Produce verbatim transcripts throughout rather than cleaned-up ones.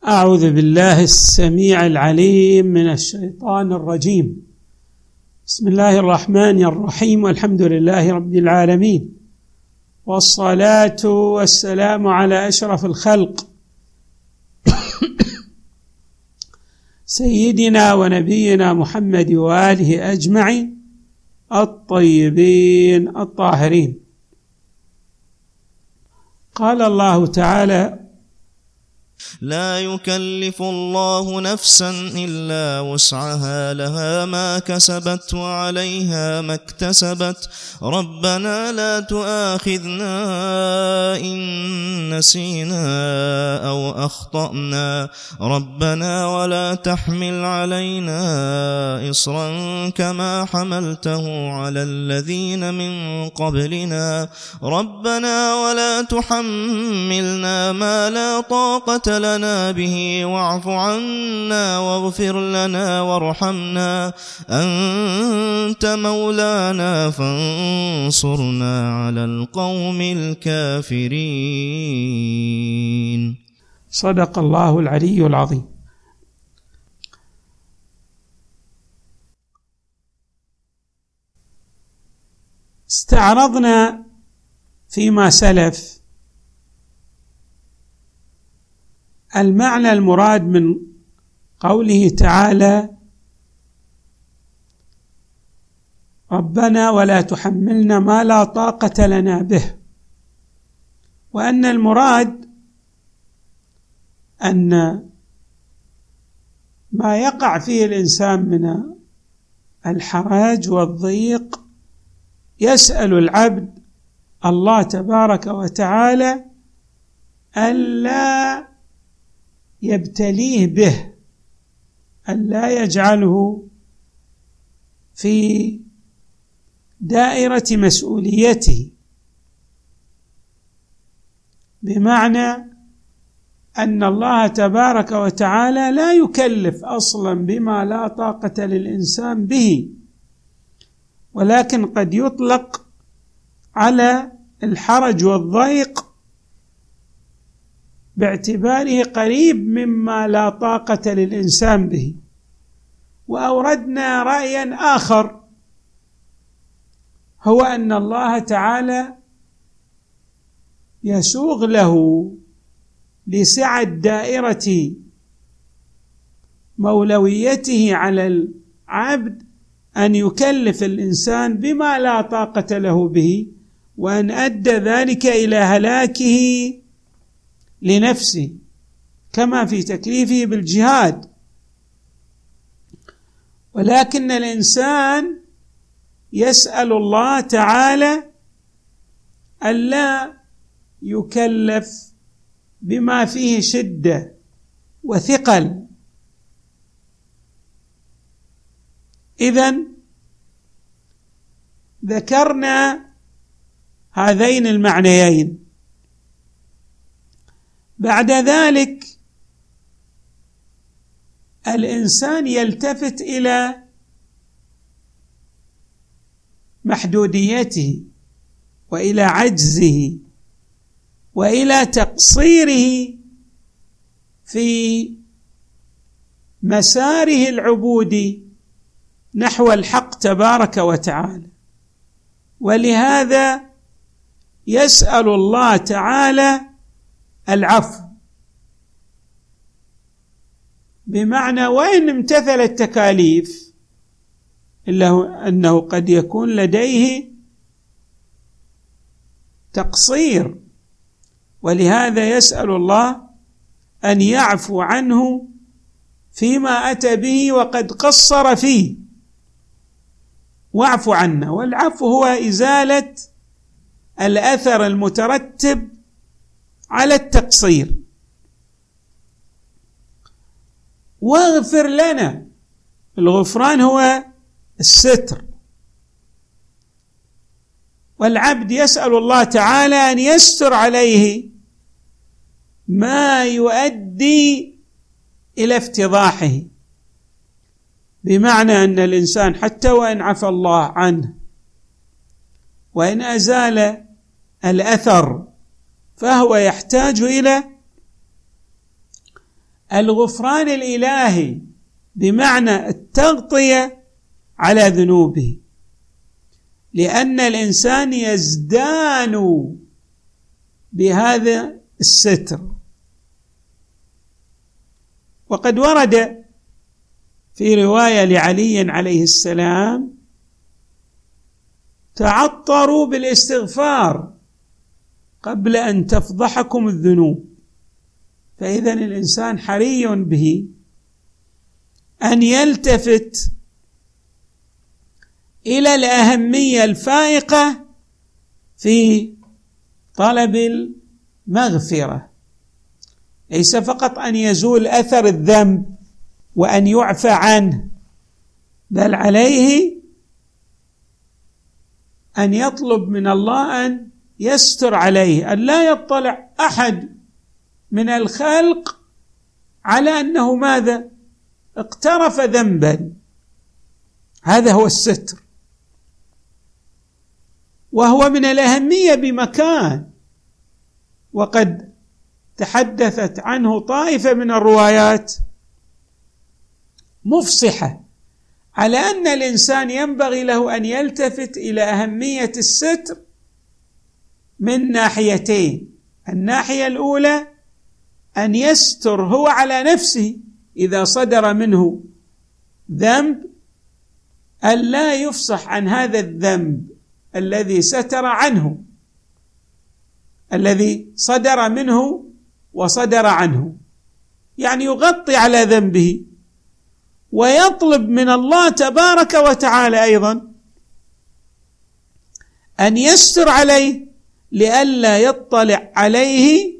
أعوذ بالله السميع العليم من الشيطان الرجيم. بسم الله الرحمن الرحيم، والحمد لله رب العالمين، والصلاة والسلام على أشرف الخلق سيدنا ونبينا محمد وآله أجمعين الطيبين الطاهرين. قال الله تعالى: لا يكلف الله نفسا إلا وسعها، لها ما كسبت وعليها ما اكتسبت، ربنا لا تؤاخذنا إن نسينا أو أخطأنا، ربنا ولا تحمل علينا إصرا كما حملته على الذين من قبلنا، ربنا ولا تحملنا ما لا طاقة لنا به، واعف عنا واغفر لنا وارحمنا، أنت مولانا فانصرنا على القوم الكافرين. صدق الله العلي العظيم. استعرضنا فيما سلف المعنى المراد من قوله تعالى: ربنا ولا تحملنا ما لا طاقة لنا به، وأن المراد أن ما يقع فيه الإنسان من الحرج والضيق يسأل العبد الله تبارك وتعالى ألا يبتليه به، ألا يجعله في دائرة مسؤوليته، بمعنى أن الله تبارك وتعالى لا يكلف أصلا بما لا طاقة للإنسان به، ولكن قد يطلق على الحرج والضيق باعتباره قريب مما لا طاقة للإنسان به. وأوردنا رأيا آخر، هو أن الله تعالى يسوغ له لسعة دائرة مولويته على العبد أن يكلف الإنسان بما لا طاقة له به، وأن أدى ذلك إلى هلاكه لنفسه، كما في تكليفه بالجهاد. ولكن الإنسان يسأل الله تعالى ألا يكلف بما فيه شدة وثقل. إذن ذكرنا هذين المعنيين. بعد ذلك الإنسان يلتفت إلى محدوديته وإلى عجزه وإلى تقصيره في مساره العبودي نحو الحق تبارك وتعالى، ولهذا يسأل الله تعالى العفو، بمعنى وإن امتثل التكاليف إلا أنه قد يكون لديه تقصير، ولهذا يسأل الله أن يعفو عنه فيما أتى به وقد قصر فيه، واعف عنا. والعفو هو إزالة الأثر المترتب على التقصير. واغفر لنا، الغفران هو الستر، والعبد يسأل الله تعالى أن يستر عليه ما يؤدي إلى افتضاحه، بمعنى أن الإنسان حتى وإن عفى الله عنه وإن أزال الأثر فهو يحتاج إلى الغفران الإلهي بمعنى التغطية على ذنوبه، لأن الإنسان يزدان بهذا الستر. وقد ورد في رواية لعلي عليه السلام: تعطروا بالاستغفار قبل أن تفضحكم الذنوب. فإذن الإنسان حري به أن يلتفت إلى الأهمية الفائقة في طلب المغفرة، ليس فقط أن يزول أثر الذنب وأن يعفى عنه، بل عليه أن يطلب من الله أن يستر عليه، أن لا يطلع أحد من الخلق على أنه ماذا؟ اقترف ذنبا. هذا هو الستر، وهو من الأهمية بمكان، وقد تحدثت عنه طائفة من الروايات مفصحة على أن الإنسان ينبغي له أن يلتفت إلى أهمية الستر من ناحيتين. الناحية الأولى أن يستر هو على نفسه إذا صدر منه ذنب، أن لا يفصح عن هذا الذنب الذي ستر عنه، الذي صدر منه وصدر عنه، يعني يغطي على ذنبه، ويطلب من الله تبارك وتعالى أيضا أن يستر عليه لئلا يطلع عليه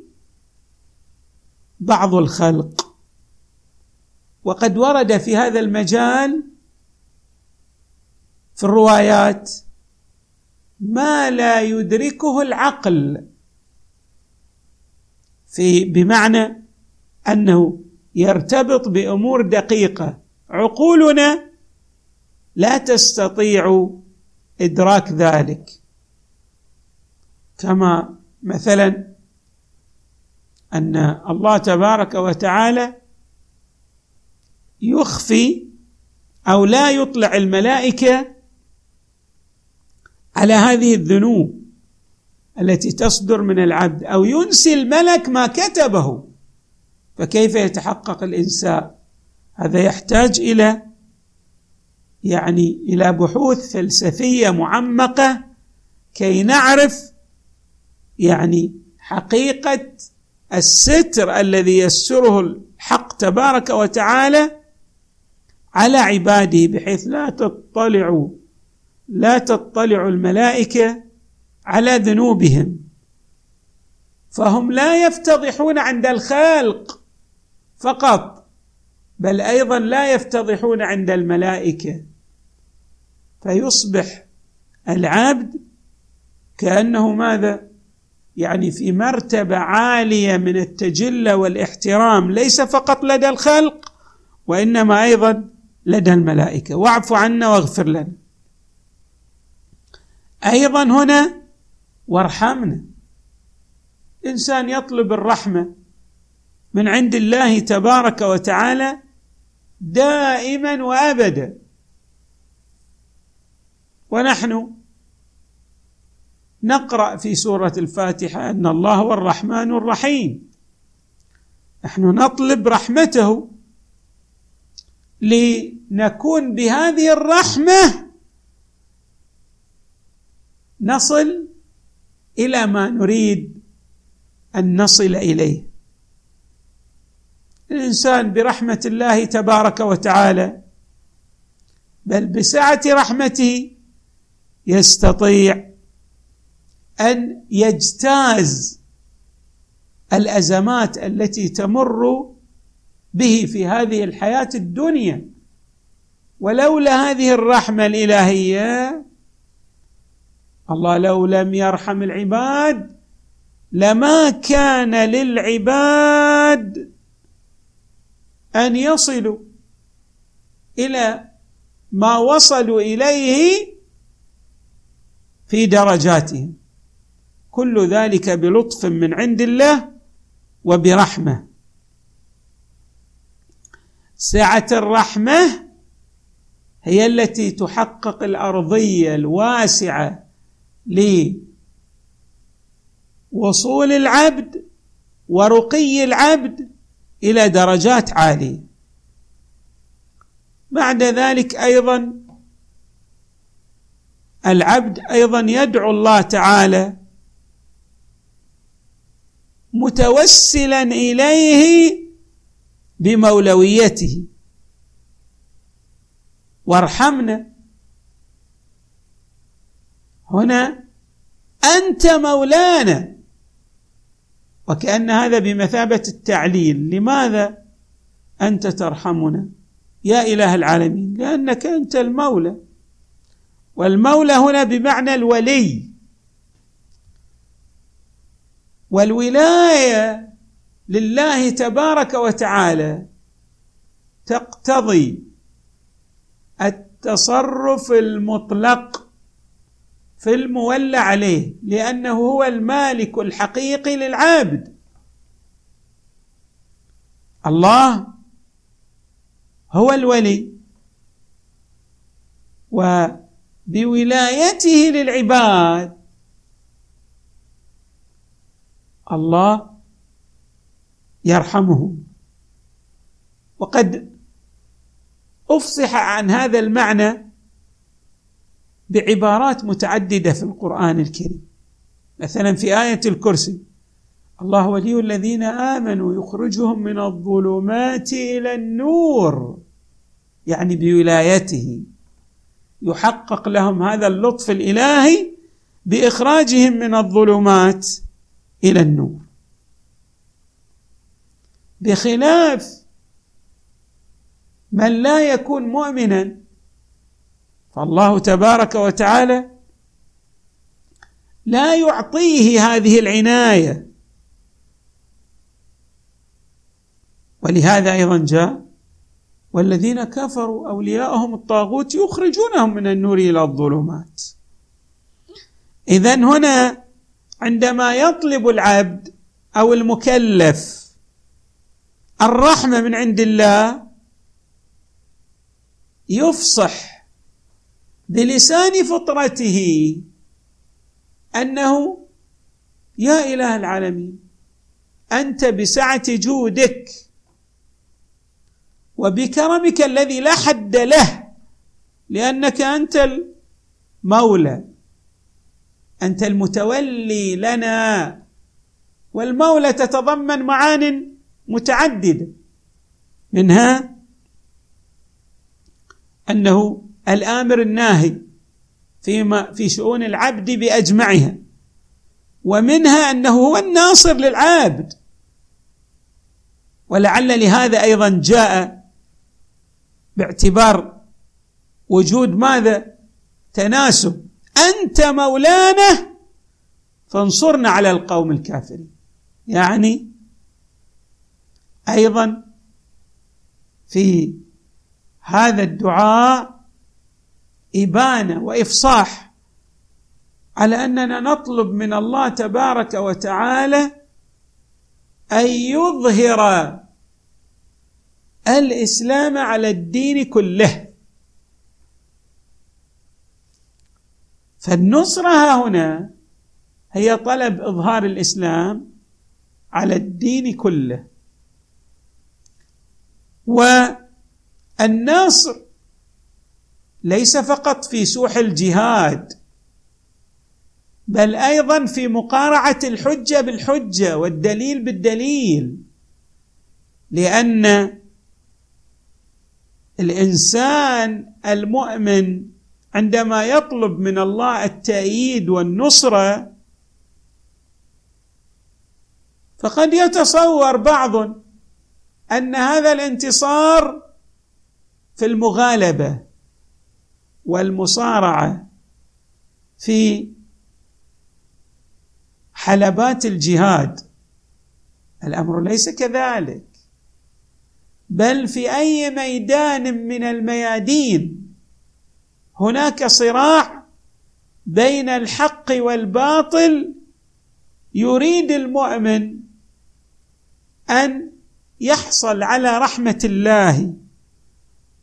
بعض الخلق. وقد ورد في هذا المجال في الروايات ما لا يدركه العقل، في بمعنى أنه يرتبط بأمور دقيقة عقولنا لا تستطيع إدراك ذلك، كما مثلا أن الله تبارك وتعالى يخفي أو لا يطلع الملائكة على هذه الذنوب التي تصدر من العبد، أو ينسي الملك ما كتبه، فكيف يتحقق الإنسان؟ هذا يحتاج إلى يعني إلى بحوث فلسفية معمقة كي نعرف يعني حقيقة الستر الذي يستره الحق تبارك وتعالى على عباده، بحيث لا تطلع لا تطلع الملائكة على ذنوبهم، فهم لا يفتضحون عند الخلق فقط، بل أيضا لا يفتضحون عند الملائكة، فيصبح العبد كأنه ماذا؟ يعني في مرتبة عالية من التجلى والاحترام، ليس فقط لدى الخلق وإنما أيضا لدى الملائكة. واعف عنا واغفر لنا. أيضا هنا وارحمنا، إنسان يطلب الرحمة من عند الله تبارك وتعالى دائما وأبدا، ونحن نقرأ في سورة الفاتحة أن الله هو الرحمن الرحيم، نحن نطلب رحمته لنكون بهذه الرحمة نصل إلى ما نريد أن نصل إليه. الإنسان برحمة الله تبارك وتعالى بل بسعة رحمته يستطيع أن يجتاز الأزمات التي تمر به في هذه الحياة الدنيا. ولولا هذه الرحمة الإلهية، الله لو لم يرحم العباد لما كان للعباد أن يصلوا إلى ما وصلوا إليه في درجاتهم، كل ذلك بلطف من عند الله وبرحمة. سعة الرحمة هي التي تحقق الأرضية الواسعة لوصول العبد ورقي العبد إلى درجات عالية. بعد ذلك أيضا العبد أيضا يدعو الله تعالى متوسلا إليه بمولويته: وارحمنا. هنا أنت مولانا، وكأن هذا بمثابة التعليل. لماذا أنت ترحمنا يا إله العالمين؟ لأنك أنت المولى، والمولى هنا بمعنى الولي، والولاية لله تبارك وتعالى تقتضي التصرف المطلق في المولى عليه، لأنه هو المالك الحقيقي للعبد. الله هو الولي، وبولايته للعباد الله يرحمهم. وقد أفصح عن هذا المعنى بعبارات متعددة في القرآن الكريم. مثلا في آية الكرسي: الله ولي الذين آمنوا يخرجهم من الظلمات إلى النور، يعني بولايته يحقق لهم هذا اللطف الإلهي بإخراجهم من الظلمات إلى النور، بخلاف من لا يكون مؤمنا، فالله تبارك وتعالى لا يعطيه هذه العناية. ولهذا أيضا جاء: والذين كفروا أولياءهم الطاغوت يخرجونهم من النور إلى الظلمات. إذن هنا عندما يطلب العبد أو المكلف الرحمة من عند الله يفصح بلسان فطرته أنه يا إله العالمين أنت بسعة جودك وبكرمك الذي لا حد له، لأنك أنت المولى، أنت المتولي لنا. والمولى تتضمن معان متعددة، منها أنه الآمر الناهي فيما في شؤون العبد بأجمعها، ومنها أنه هو الناصر للعبد. ولعل لهذا أيضا جاء باعتبار وجود ماذا؟ تناسب: أنت مولانا فانصرنا على القوم الكافرين. يعني أيضا في هذا الدعاء إبانة وإفصاح على أننا نطلب من الله تبارك وتعالى أن يظهر الإسلام على الدين كله. فالنصرة هنا هي طلب إظهار الإسلام على الدين كله. والنصر ليس فقط في سوح الجهاد، بل أيضا في مقارعة الحجة بالحجة والدليل بالدليل، لأن الإنسان المؤمن عندما يطلب من الله التأييد والنصرة فقد يتصور بعض أن هذا الانتصار في المغالبة والمصارعة في حلبات الجهاد. الأمر ليس كذلك، بل في أي ميدان من الميادين هناك صراع بين الحق والباطل، يريد المؤمن أن يحصل على رحمة الله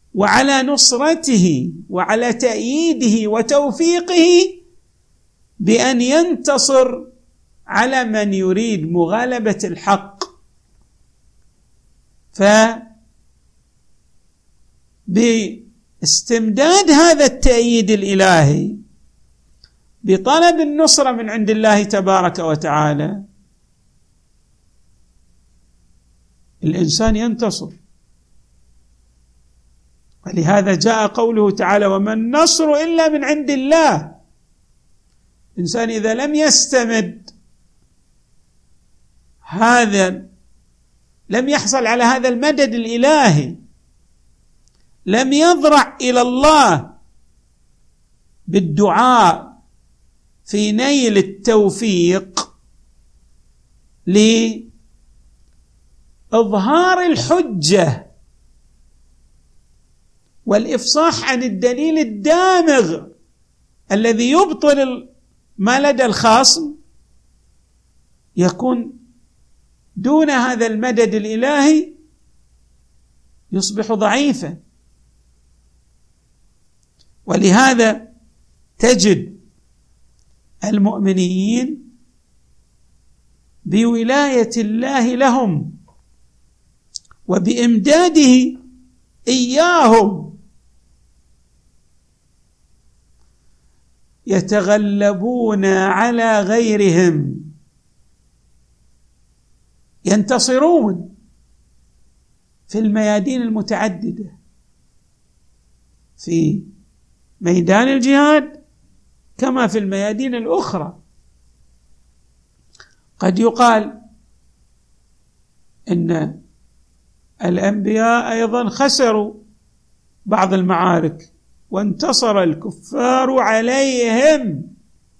وعلى نصرته وعلى تأييده وتوفيقه بأن ينتصر على من يريد مغالبة الحق. فباستمداد هذا التأييد الإلهي بطلب النصرة من عند الله تبارك وتعالى الإنسان ينتصر. ولهذا جاء قوله تعالى: وما النصر إلا من عند الله. الإنسان إذا لم يستمد هذا، لم يحصل على هذا المدد الإلهي، لم يضرع إلى الله بالدعاء في نيل التوفيق لإظهار الحجة والإفصاح عن الدليل الدامغ الذي يبطل ما لدى الخصم، يكون دون هذا المدد الإلهي يصبح ضعيفا. ولهذا تجد المؤمنين بولاية الله لهم وبإمداده إياهم يتغلبون على غيرهم، ينتصرون في الميادين المتعددة، في ميدان الجهاد كما في الميادين الأخرى. قد يقال إن الأنبياء أيضا خسروا بعض المعارك وانتصر الكفار عليهم.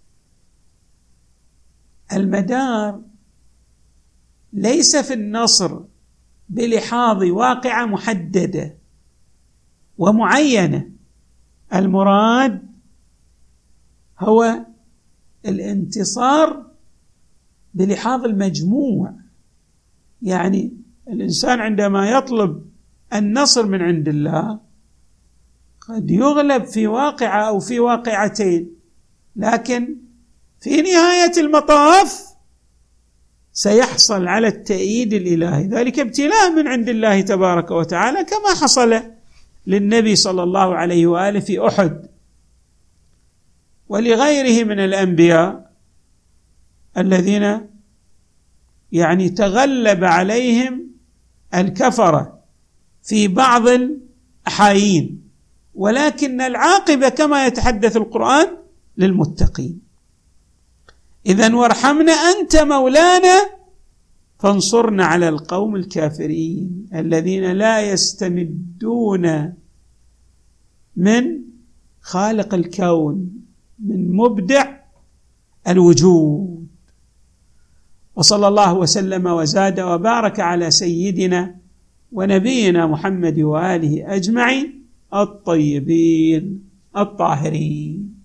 المدار ليس في النصر بلحاظ واقعة محددة ومعينة، المراد هو الانتصار بلحاظ المجموع. يعني الإنسان عندما يطلب النصر من عند الله قد يغلب في واقعة أو في واقعتين، لكن في نهاية المطاف سيحصل على التأييد الإلهي، ذلك ابتلاء من عند الله تبارك وتعالى، كما حصل للنبي صلى الله عليه وآله في أحد ولغيره من الأنبياء الذين يعني تغلب عليهم الكفرة في بعض الأحايين، ولكن العاقبة كما يتحدث القرآن للمتقين. إذن وارحمنا أنت مولانا فانصرنا على القوم الكافرين الذين لا يستمدون من خالق الكون، من مبدع الوجود. وصلى الله وسلم وزاد وبارك على سيدنا ونبينا محمد وآله أجمعين الطيبين الطاهرين.